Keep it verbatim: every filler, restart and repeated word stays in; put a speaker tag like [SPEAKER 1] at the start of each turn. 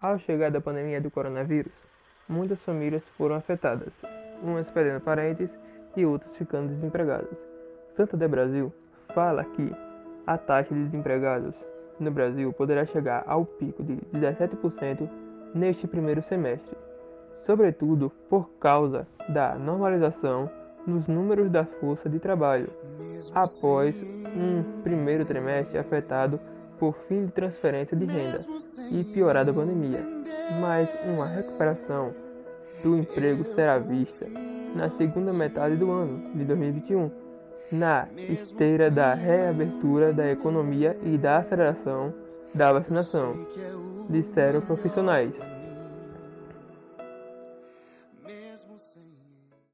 [SPEAKER 1] Ao chegar da pandemia do coronavírus, muitas famílias foram afetadas, umas perdendo parentes e outras ficando desempregadas. Santander Brasil fala que a taxa de desempregados no Brasil poderá chegar ao pico de dezessete por cento neste primeiro semestre, sobretudo por causa da normalização nos números da força de trabalho, após um primeiro trimestre afetado por fim de transferência de renda e piorada pandemia, mas uma recuperação do emprego será vista na segunda metade do ano de dois mil e vinte e um, na esteira da reabertura da economia e da aceleração da vacinação, disseram profissionais.